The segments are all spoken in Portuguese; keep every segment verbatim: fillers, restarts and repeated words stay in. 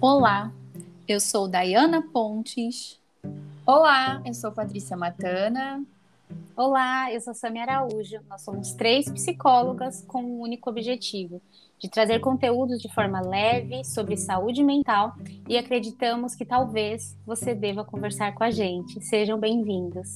Olá, eu sou Daiana Pontes. Olá, eu sou Patrícia Matana. Olá, eu sou Samia Araújo. Nós somos três psicólogas com um único objetivo, de trazer conteúdos de forma leve sobre saúde mental e acreditamos que talvez você deva conversar com a gente. Sejam bem-vindos.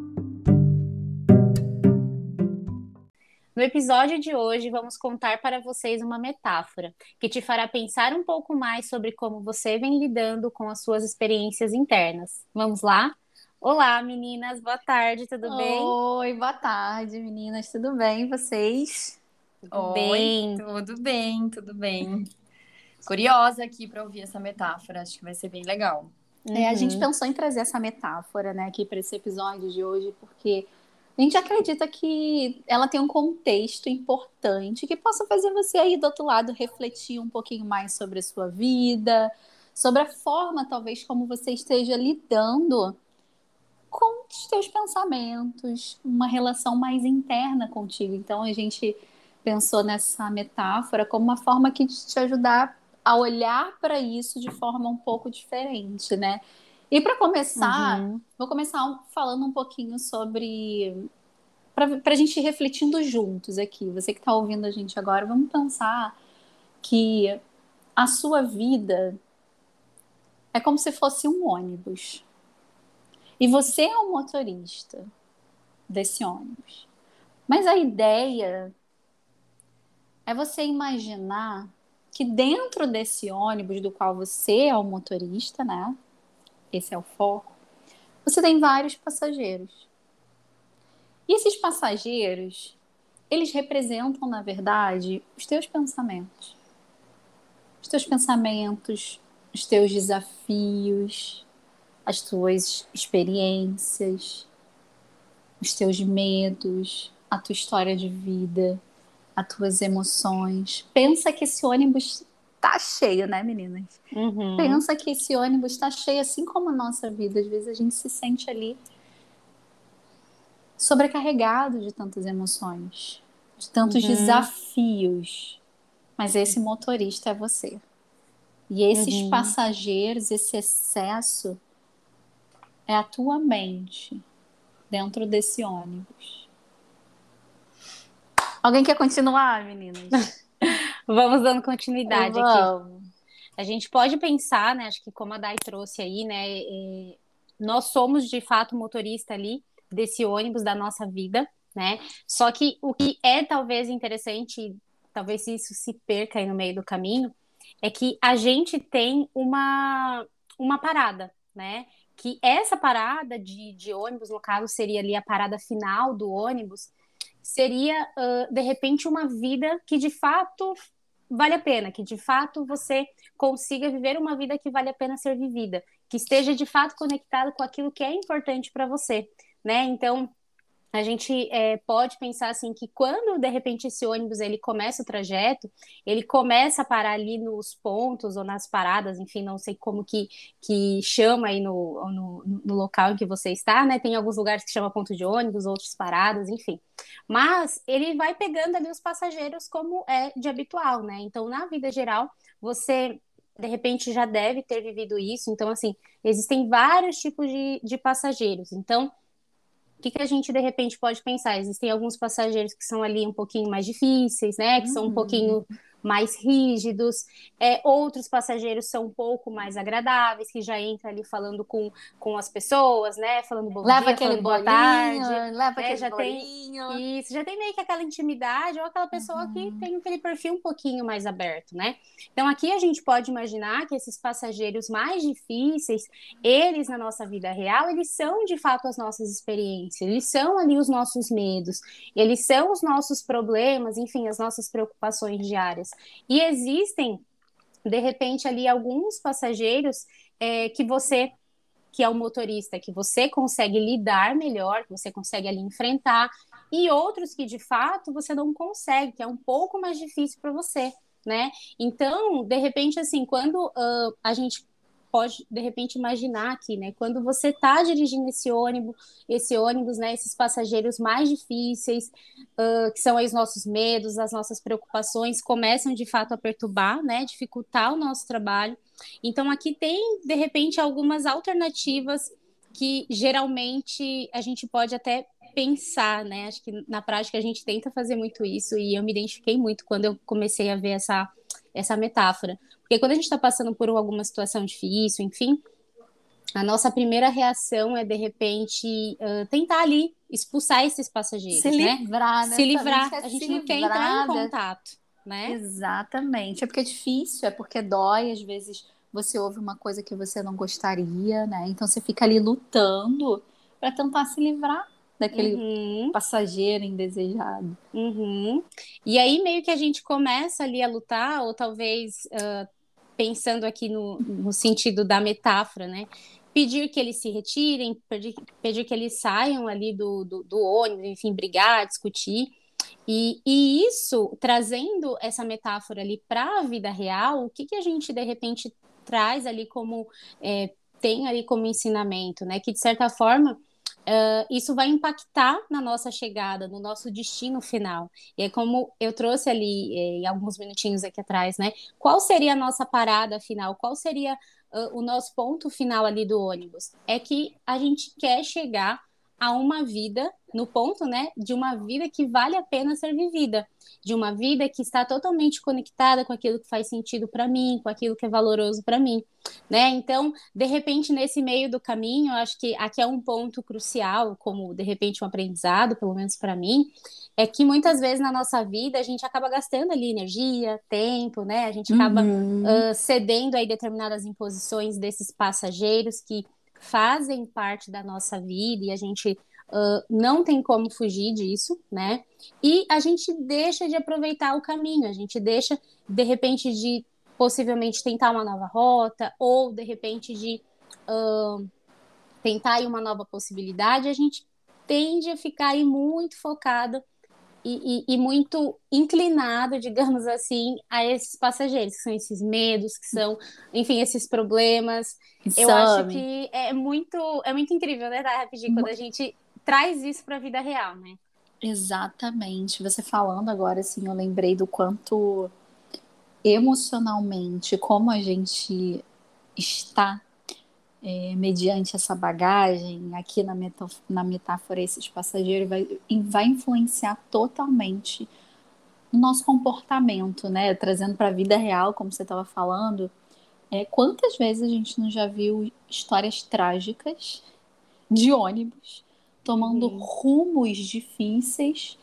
No episódio de hoje, vamos contar para vocês uma metáfora que te fará pensar um pouco mais sobre como você vem lidando com as suas experiências internas. Vamos lá? Olá, meninas, boa tarde, tudo bem? Oi, boa tarde, meninas, tudo bem? E vocês? Tudo Oi, bem. tudo bem, tudo bem. Curiosa aqui para ouvir essa metáfora, acho que vai ser bem legal. É, a gente Uhum. pensou em trazer essa metáfora, né, aqui para esse episódio de hoje, porque a gente acredita que ela tem um contexto importante que possa fazer você aí do outro lado refletir um pouquinho mais sobre a sua vida, sobre a forma, talvez, como você esteja lidando com os teus pensamentos, uma relação mais interna contigo. Então a gente pensou nessa metáfora como uma forma que de te ajudar a olhar para isso de forma um pouco diferente, né? E para começar, Uhum. vou começar falando um pouquinho sobre para a gente ir refletindo juntos aqui. Você que está ouvindo a gente agora, vamos pensar que a sua vida é como se fosse um ônibus. E você é o motorista desse ônibus. Mas a ideia é você imaginar que dentro desse ônibus do qual você é o motorista, né? Esse é o foco. Você tem vários passageiros. E esses passageiros, eles representam, na verdade, os teus pensamentos. Os teus pensamentos, os teus desafios, as tuas experiências, os teus medos, a tua história de vida, as tuas emoções. Pensa que esse ônibus tá cheio, né, meninas? Uhum. Pensa que esse ônibus tá cheio, assim como a nossa vida. Às vezes a gente se sente ali sobrecarregado de tantas emoções, de tantos Uhum. desafios. Mas esse motorista é você. E esses Uhum. passageiros, esse excesso, é a tua mente dentro desse ônibus. Alguém quer continuar, meninas? Vamos dando continuidade aqui. Vamos. A gente pode pensar, né? Acho que como a Dai trouxe aí, né? é, nós somos de fato motorista ali desse ônibus da nossa vida, né? Só que o que é talvez interessante, talvez isso se perca aí no meio do caminho, é que a gente tem uma, uma parada, né? Que essa parada de, de ônibus, no caso, seria ali a parada final do ônibus, seria, uh, de repente, uma vida que de fato vale a pena, que de fato você consiga viver uma vida que vale a pena ser vivida, que esteja de fato conectado com aquilo que é importante para você, né? Então, a gente é, pode pensar assim que quando de repente esse ônibus ele começa o trajeto, ele começa a parar ali nos pontos ou nas paradas, enfim, não sei como que, que chama aí no, no, no local em que você está, né? Tem alguns lugares que chama ponto de ônibus, outros paradas, enfim. Mas ele vai pegando ali os passageiros como é de habitual, né? Então, na vida geral, você de repente já deve ter vivido isso. Então, assim, existem vários tipos de, de passageiros. Então, o que, que a gente de repente pode pensar? Existem alguns passageiros que são ali um pouquinho mais difíceis, né? Que são um Uhum. pouquinho mais rígidos, é, outros passageiros são um pouco mais agradáveis, que já entra ali falando com, com as pessoas, né? Falando bom Leva dia, aquele falando boa bolinho, tarde, leva né? aquele Já tem bolinho. isso, já tem meio que aquela intimidade, ou aquela pessoa que Uhum. tem aquele perfil um pouquinho mais aberto, né? Então aqui a gente pode imaginar que esses passageiros mais difíceis, eles na nossa vida real, eles são de fato as nossas experiências, eles são ali os nossos medos, eles são os nossos problemas, enfim, as nossas preocupações diárias. E existem, de repente, ali alguns passageiros é, que você, que é o motorista, que você consegue lidar melhor, que você consegue ali enfrentar, e outros que de fato você não consegue, que é um pouco mais difícil para você, né? Então, de repente, assim, quando uh, a gente pode, de repente, imaginar aqui, né? Quando você está dirigindo esse ônibus, esse ônibus, né? Esses passageiros mais difíceis, uh, que são aí os nossos medos, as nossas preocupações, começam, de fato, a perturbar, né? Dificultar o nosso trabalho. Então, aqui tem, de repente, algumas alternativas que, geralmente, a gente pode até pensar, né? Acho que, na prática, a gente tenta fazer muito isso, e eu me identifiquei muito quando eu comecei a ver essa, essa metáfora. Porque quando a gente está passando por alguma situação difícil, enfim, a nossa primeira reação é, de repente, uh, tentar ali expulsar esses passageiros, Se né? livrar, né? Se livrar. É A gente se não quer entrar em livrar da- contato, né? Exatamente. É porque é difícil, é porque dói, às vezes você ouve uma coisa que você não gostaria, né? Então você fica ali lutando para tentar se livrar daquele Uhum. passageiro indesejado. Uhum. E aí meio que a gente começa ali a lutar, ou talvez uh, pensando aqui no, no sentido da metáfora, né? Pedir que eles se retirem, pedir, pedir que eles saiam ali do, do, do ônibus, enfim, brigar, discutir. E, e isso, trazendo essa metáfora ali para a vida real, o que, que a gente de repente traz ali como, é, tem ali como ensinamento, né? Que de certa forma Uh, isso vai impactar na nossa chegada, no nosso destino final. E é como eu trouxe ali, eh, em alguns minutinhos aqui atrás, né? Qual seria a nossa parada final? Qual seria uh, o nosso ponto final ali do ônibus? É que a gente quer chegar a uma vida, no ponto, né, de uma vida que vale a pena ser vivida, de uma vida que está totalmente conectada com aquilo que faz sentido para mim, com aquilo que é valoroso para mim, né? Então, de repente, nesse meio do caminho, eu acho que aqui é um ponto crucial, como de repente um aprendizado, pelo menos para mim, é que muitas vezes na nossa vida a gente acaba gastando ali energia, tempo, né? A gente acaba Uhum. uh, cedendo aí determinadas imposições desses passageiros que fazem parte da nossa vida e a gente uh, não tem como fugir disso, né? E a gente deixa de aproveitar o caminho, a gente deixa, de repente, de possivelmente tentar uma nova rota, ou de repente de uh, tentar aí uma nova possibilidade, a gente tende a ficar aí muito focado e, e, e muito inclinado, digamos assim, a esses passageiros, que são esses medos, que são, enfim, esses problemas. Eu acho Some. que é muito, é muito incrível, né, tá, rapidinho, quando a gente traz isso para a vida real, né? Exatamente. Você falando agora, assim, eu lembrei do quanto emocionalmente, como a gente está é, mediante essa bagagem, aqui na, metá na metáfora, esses passageiros, vai, vai influenciar totalmente o nosso comportamento, né? Trazendo para a vida real, como você estava falando, é, quantas vezes a gente não já viu histórias trágicas de ônibus tomando Uhum. rumos difíceis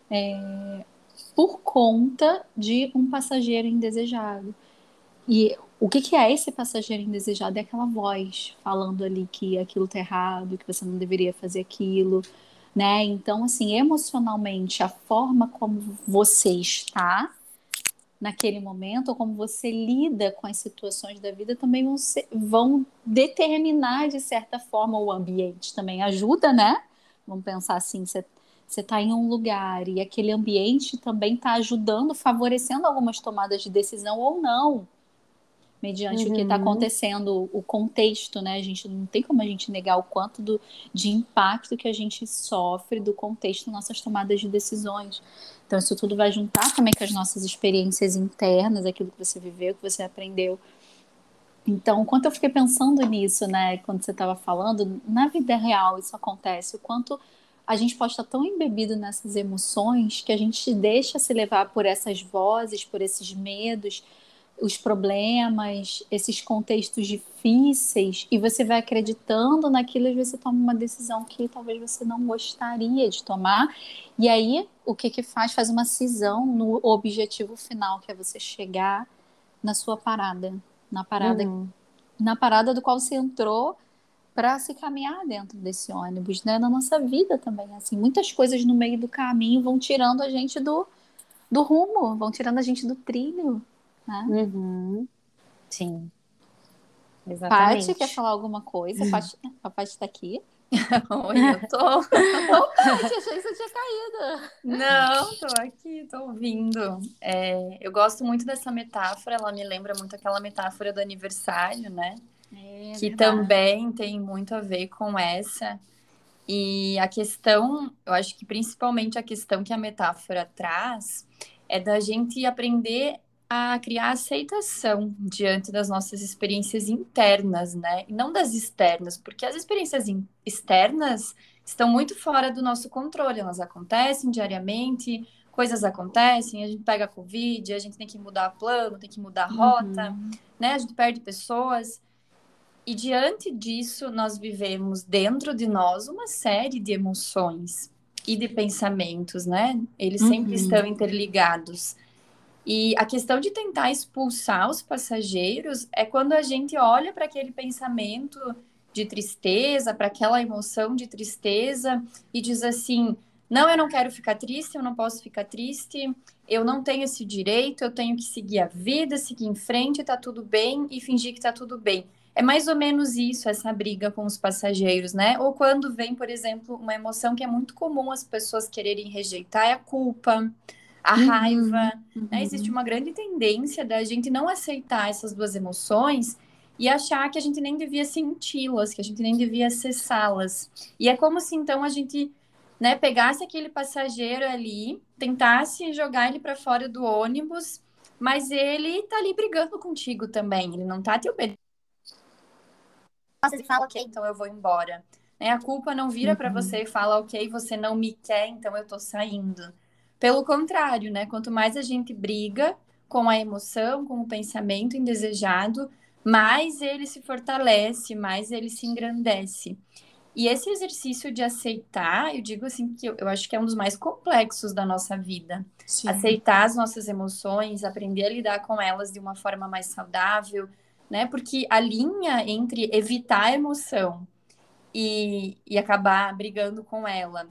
é, por conta de um passageiro indesejado. E o que, que é esse passageiro indesejado? É aquela voz falando ali que aquilo tá errado, que você não deveria fazer aquilo, né? Então, assim, emocionalmente, a forma como você está naquele momento, ou como você lida com as situações da vida, também vão, ser, vão determinar, de certa forma, o ambiente também. Ajuda, né? Vamos pensar assim, você você está em um lugar e aquele ambiente também está ajudando, favorecendo algumas tomadas de decisão ou não, mediante o que está Uhum. acontecendo, o contexto, né? A gente não tem como a gente negar o quanto do, de impacto que a gente sofre do contexto nas nossas tomadas de decisões. Então, isso tudo vai juntar também com as nossas experiências internas, aquilo que você viveu, que você aprendeu. Então, o quanto eu fiquei pensando nisso, né? Quando você estava falando, na vida real isso acontece, o quanto a gente pode estar tão embebido nessas emoções que a gente deixa se levar por essas vozes, por esses medos, os problemas, esses contextos difíceis, e você vai acreditando naquilo e você toma uma decisão que talvez você não gostaria de tomar. E aí, o que que faz? Faz uma cisão no objetivo final, que é você chegar na sua parada, na parada, Uhum. na parada do qual você entrou para se caminhar dentro desse ônibus, né? Na nossa vida também, assim, muitas coisas no meio do caminho vão tirando a gente do, do rumo, vão tirando a gente do trilho, né? Uhum. Sim, Paty, quer exatamente. falar alguma coisa? Paty, a Paty tá aqui. Oi, eu tô. Ô, Paty, achei que você tinha caído. Não, tô aqui, tô ouvindo. É, eu gosto muito dessa metáfora, ela me lembra muito aquela metáfora do aniversário, né? É que verdade. também tem muito a ver com essa. E a questão, eu acho que principalmente a questão que a metáfora traz é da gente aprender a criar aceitação diante das nossas experiências internas, né? E não das externas, porque as experiências in- externas estão muito fora do nosso controle, elas acontecem diariamente, coisas acontecem, a gente pega a Covid, a gente tem que mudar plano, tem que mudar rota, Uhum. né? A gente perde pessoas. E diante disso, nós vivemos dentro de nós uma série de emoções e de pensamentos, né? Eles sempre estão Uhum. interligados. E a questão de tentar expulsar os passageiros é quando a gente olha para aquele pensamento de tristeza, para aquela emoção de tristeza e diz assim: não, eu não quero ficar triste, eu não posso ficar triste, eu não tenho esse direito, eu tenho que seguir a vida, seguir em frente, tá tudo bem e fingir que tá tudo bem. É mais ou menos isso, essa briga com os passageiros, né? Ou quando vem, por exemplo, uma emoção que é muito comum as pessoas quererem rejeitar, é a culpa, a Uhum. raiva, né? Existe uma grande tendência da gente não aceitar essas duas emoções e achar que a gente nem devia senti-las, que a gente nem devia acessá-las. E é como se então a gente, né, pegasse aquele passageiro ali, tentasse jogar ele para fora do ônibus, mas ele tá ali brigando contigo também, ele não tá te obedecendo. Você fala, ok, então eu vou embora. Né? A culpa não vira para você e fala, ok, você não me quer, então eu tô saindo. Pelo contrário, né? Quanto mais a gente briga com a emoção, com o pensamento indesejado, mais ele se fortalece, mais ele se engrandece. E esse exercício de aceitar, eu digo assim que eu, eu acho que é um dos mais complexos da nossa vida. Sim. Aceitar as nossas emoções, aprender a lidar com elas de uma forma mais saudável, né? Porque a linha entre evitar a emoção e, e acabar brigando com ela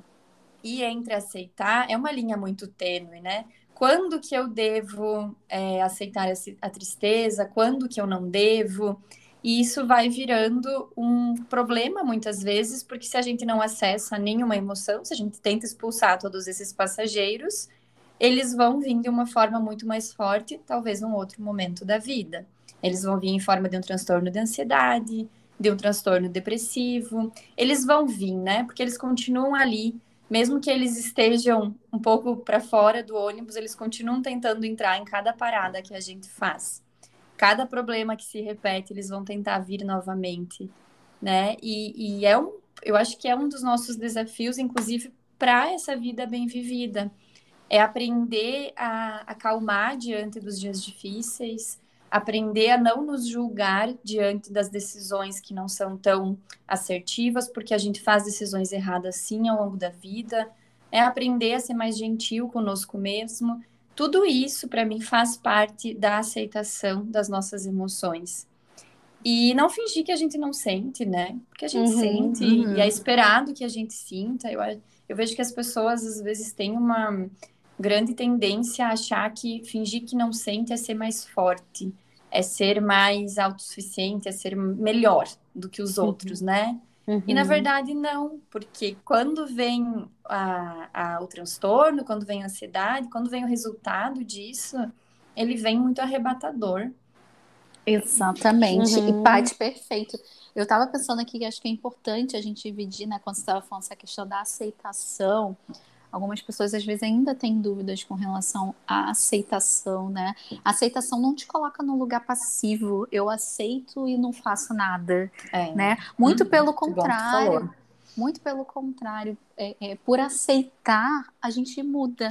e entre aceitar é uma linha muito tênue, né? Quando que eu devo é, aceitar a tristeza? Quando que eu não devo? E isso vai virando um problema muitas vezes, porque se a gente não acessa nenhuma emoção, se a gente tenta expulsar todos esses passageiros, eles vão vir de uma forma muito mais forte, talvez num outro momento da vida. Eles vão vir em forma de um transtorno de ansiedade, de um transtorno depressivo. Eles vão vir, né? Porque eles continuam ali, mesmo que eles estejam um pouco para fora do ônibus, eles continuam tentando entrar em cada parada que a gente faz. Cada problema que se repete, eles vão tentar vir novamente, né? E, e é um, eu acho que é um dos nossos desafios, inclusive, para essa vida bem vivida. É aprender a acalmar diante dos dias difíceis, aprender a não nos julgar diante das decisões que não são tão assertivas, porque a gente faz decisões erradas sim ao longo da vida, é aprender a ser mais gentil conosco mesmo. Tudo isso, para mim, faz parte da aceitação das nossas emoções. E não fingir que a gente não sente, né? Porque a gente Uhum, sente uhum. e é esperado que a gente sinta. Eu, eu vejo que as pessoas, às vezes, têm uma grande tendência a achar que fingir que não sente é ser mais forte, é ser mais autossuficiente, é ser melhor do que os outros, né? E na uhum. verdade não, porque quando vem a, a, o transtorno, quando vem a ansiedade, quando vem o resultado disso, ele vem muito arrebatador. Exatamente. E Uhum. Paty, perfeito. Eu estava pensando aqui que acho que é importante a gente dividir, né, quando você estava falando essa questão da aceitação. Algumas pessoas às vezes ainda têm dúvidas com relação à aceitação, né? A aceitação não te coloca num lugar passivo, eu aceito e não faço nada, É. né? Muito Uhum. pelo Que bom que tu falou. contrário, muito pelo contrário, é, é, por aceitar a gente muda.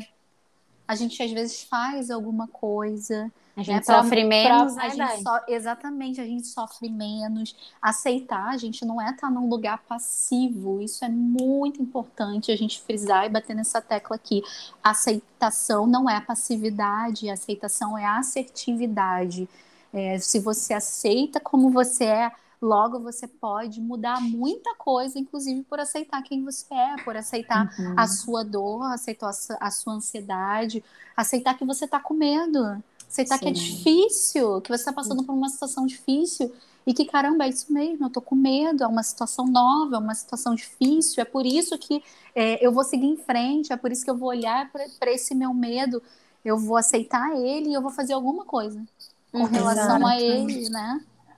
A gente às vezes faz alguma coisa, A né? gente Pra, sofre pra, menos, a né, gente Dai? so, exatamente, a gente sofre menos. Aceitar, a gente não é estar num lugar passivo. Isso é muito importante a gente frisar e bater nessa tecla aqui. Aceitação não é passividade, aceitação é assertividade. É, se você aceita como você é, logo você pode mudar muita coisa, inclusive por aceitar quem você é, por aceitar Uhum. a sua dor, aceitar a sua ansiedade, aceitar que você está com medo, aceitar Sim. que é difícil, que você está passando por uma situação difícil e que, caramba, é isso mesmo, eu tô com medo, é uma situação nova, é uma situação difícil, é por isso que é, eu vou seguir em frente, é por isso que eu vou olhar para esse meu medo, eu vou aceitar ele e eu vou fazer alguma coisa com Uhum. relação a Exato. ele, né?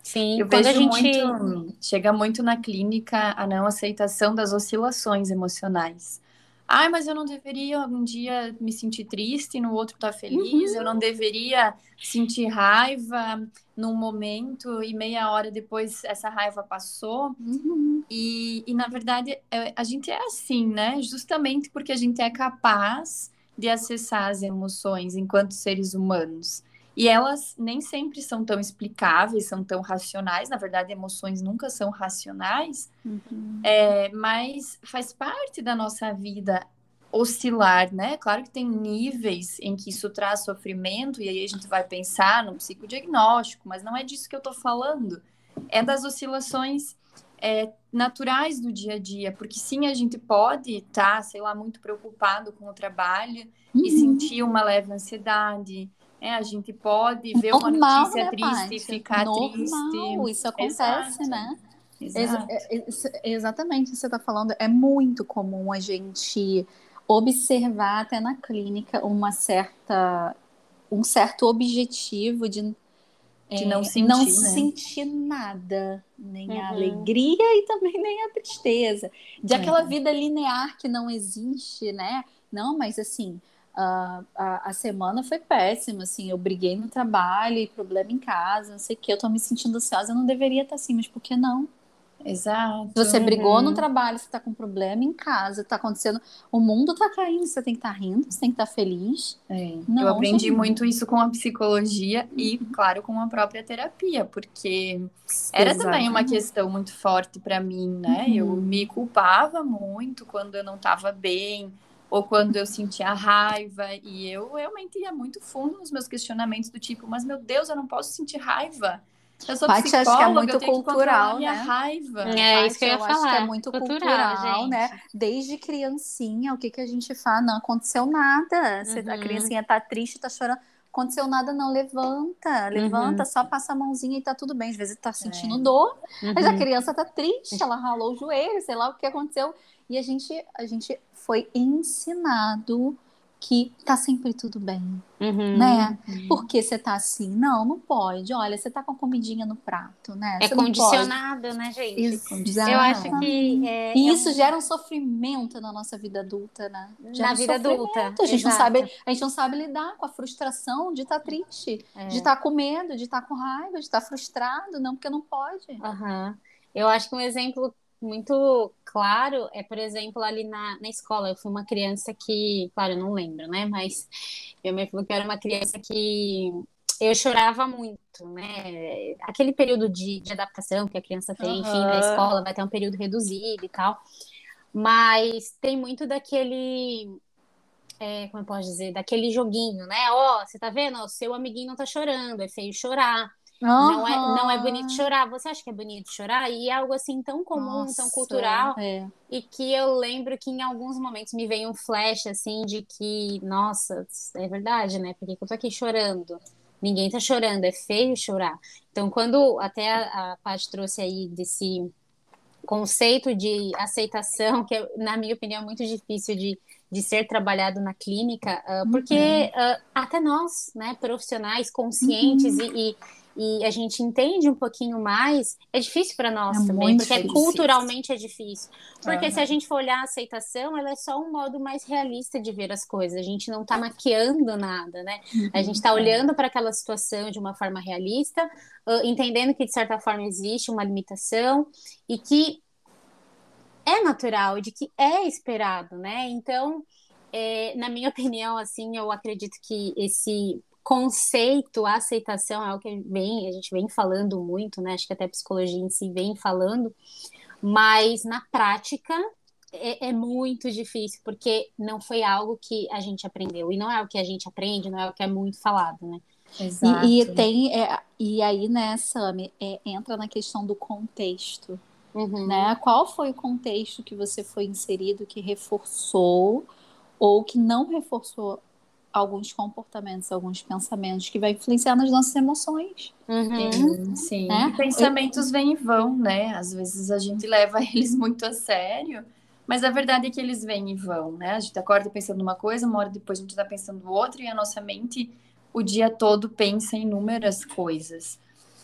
Sim, Eu quando a vejo gente. muito, chega muito na clínica a não aceitação das oscilações emocionais. Ai, mas eu não deveria um dia me sentir triste e no outro estar feliz, eu Uhum, não deveria sentir raiva num momento e meia hora depois essa raiva passou. uhum. E, e na verdade, é- a gente é assim, né? Justamente porque a gente é capaz de acessar as emoções enquanto seres humanos. E elas nem sempre são tão explicáveis, são tão racionais. Na verdade, emoções nunca são racionais, Uhum. é, mas faz parte da nossa vida oscilar, né? Claro que tem níveis em que isso traz sofrimento, e aí a gente vai pensar no psicodiagnóstico, mas não é disso que eu tô falando. É das oscilações, é, naturais do dia a dia, porque sim, a gente pode estar, sei lá, muito preocupado com o trabalho e Uhum. sentir uma leve ansiedade, né? A gente pode ver uma Normal, notícia né, triste e Paty? ficar triste. Normal, isso acontece, Exato, né? Ex- exato. é- é- exatamente o que você está falando. É muito comum a gente observar até na clínica uma certa, um certo objetivo de De não não sentir, né? sentir nada, nem a Uhum, alegria e também nem a tristeza, de aquela É. vida linear que não existe, né? Não, mas assim, a, a, a semana foi péssima, assim, eu briguei no trabalho, e problema em casa, não sei o que, eu tô me sentindo ansiosa, eu não deveria estar assim, mas por que não? Se você Exato. brigou no uhum. trabalho, você tá com problema em casa, tá acontecendo, o mundo tá caindo, você tem que estar rindo, você tem que estar feliz. É. Eu Não, aprendi gente. muito isso com a psicologia e, claro, com a própria terapia, porque era também uma Exatamente. questão muito forte para mim, né? Eu me Uhum. culpava muito quando eu não estava bem ou quando eu sentia raiva, e eu realmente ia muito fundo nos meus questionamentos do tipo, mas meu Deus, eu não posso sentir raiva. Eu sou Paty, acho que é psicóloga, eu muito tenho que controlar a cultural, minha né? raiva. É isso que Paty, eu ia eu acho que é falar. muito Cultural, cultural, né? gente. Desde criancinha, o que que a gente faz? Não aconteceu nada. Você- A Uhum, criancinha tá triste, tá chorando. Aconteceu nada, não levanta. Levanta, uhum, só passa a mãozinha e tá tudo bem. Às vezes tá sentindo É, dor, mas a uhum, criança tá triste, ela ralou o joelho, sei lá o que aconteceu. E a gente, a gente foi ensinado que tá sempre tudo bem, uhum. né? Por uhum. que você tá assim? Não, não pode. Olha, você tá com a comidinha no prato, né? É Você não pode. condicionado, né, gente? Eu acho que Exatamente. é, E é isso um, gera um sofrimento na nossa vida adulta, né? Gera na um vida adulta, sofrimento. A gente não sabe, exato. a gente não sabe lidar com a frustração de estar triste, de É, estar com medo, de estar com raiva, de estar frustrado, não, porque não pode. aham. Eu acho que um exemplo muito claro é, por exemplo, ali na, na escola. Eu fui uma criança que, claro, eu não lembro, né? Mas minha mãe falou que eu era uma criança que eu chorava muito, né? Aquele período de, de adaptação que a criança tem, enfim, na Aham. escola, vai ter um período reduzido e tal. Mas tem muito daquele, é, como eu posso dizer, daquele joguinho, né? Ó, você tá vendo? O seu amiguinho não tá chorando, é feio chorar. Não é, não é bonito Aham. chorar. Você acha que é bonito chorar? E é algo assim tão comum, tão Nossa, cultural, é. e que eu lembro que em alguns momentos me veio um flash assim de que, nossa, é verdade, né? Por que que eu tô aqui chorando? Ninguém tá chorando, é feio chorar. Então, quando até a, a Paty trouxe aí desse conceito de aceitação, que é, na minha opinião é muito difícil de, de ser trabalhado na clínica, uh, porque Uhum. uh, até nós, né, profissionais conscientes Uhum. e, e, e a gente entende um pouquinho mais, é difícil para É nós também, muito porque é, É difícil. difícil. culturalmente é difícil. Porque se a Aham. gente for olhar a aceitação, ela é só um modo mais realista de ver as coisas. A gente não está maquiando nada, né? A gente Uhum. está É. olhando para aquela situação de uma forma realista, uh, entendendo que de certa forma existe uma limitação e que é natural, de que é esperado, né? Então, é, na minha opinião, assim, eu acredito que esse conceito, a aceitação é o que vem, a gente vem falando muito, né? Acho que até a psicologia em si vem falando, mas na prática é, é muito difícil, porque não foi algo que a gente aprendeu, e não é o que a gente aprende, não é o que é muito falado, né? E, e Exato. tem, é, e aí, né, Sami, é, entra na questão do contexto. Uhum, Né? Qual foi o contexto que você foi inserido que reforçou ou que não reforçou alguns comportamentos, alguns pensamentos que vai influenciar nas nossas emoções, uhum, Sim, sim. E né? pensamentos vêm e vão, né? Às vezes a gente leva eles muito a sério, mas a verdade é que eles vêm e vão, né? A gente acorda pensando uma coisa, uma hora depois a gente está pensando outra, e a nossa mente o dia todo pensa em inúmeras coisas.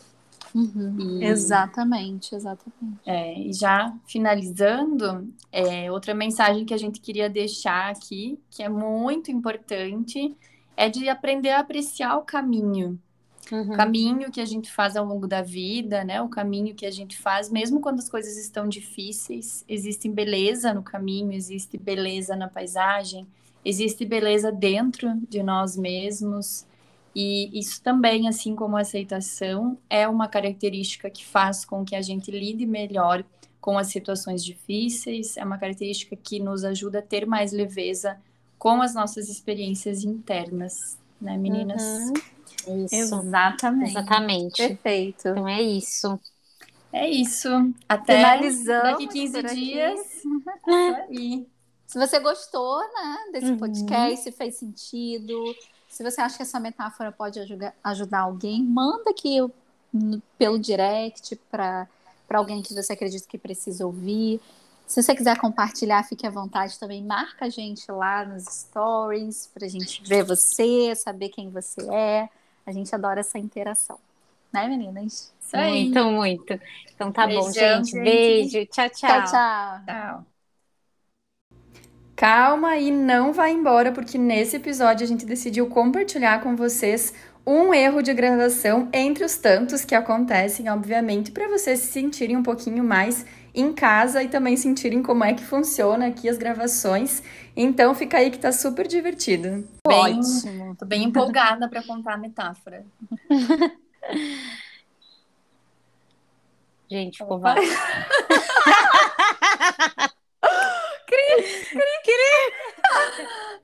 Uhum. E- Exatamente, exatamente. É, e já finalizando, é, outra mensagem que a gente queria deixar aqui, que é muito importante, é de aprender a apreciar o caminho. O Uhum. caminho que a gente faz ao longo da vida, né? O caminho que a gente faz, mesmo quando as coisas estão difíceis, existe beleza no caminho, existe beleza na paisagem, existe beleza dentro de nós mesmos. E isso também, assim como a aceitação, é uma característica que faz com que a gente lide melhor com as situações difíceis, é uma característica que nos ajuda a ter mais leveza com as nossas experiências internas, né, meninas? Uhum. Isso. Exatamente. Exatamente. Perfeito. Então é isso. É isso. Até Finalizamos daqui quinze por aqui. dias. Isso aí. Se você gostou, né, desse Uhum. podcast, se fez sentido, se você acha que essa metáfora pode ajudar, ajudar alguém, manda aqui no- pelo direct para para alguém que você acredita que precisa ouvir. Se você quiser compartilhar, fique à vontade também. Marca a gente lá nos stories para a gente ver você, saber quem você é. A gente adora essa interação. Né, meninas? Isso aí. Muito, muito. Então tá bom, Beijão, gente. gente. Beijo. Tchau, tchau. Tchau, tchau. Tchau. Calma e não vai embora, porque nesse episódio a gente decidiu compartilhar com vocês um erro de gravação entre os tantos que acontecem, obviamente, para vocês se sentirem um pouquinho mais em casa e também sentirem como é que funciona aqui as gravações. Então fica aí que tá super divertido. Bem, Ótimo. tô bem empolgada para contar a metáfora. Gente, ficou Opa. válido. Cri, cri, cri.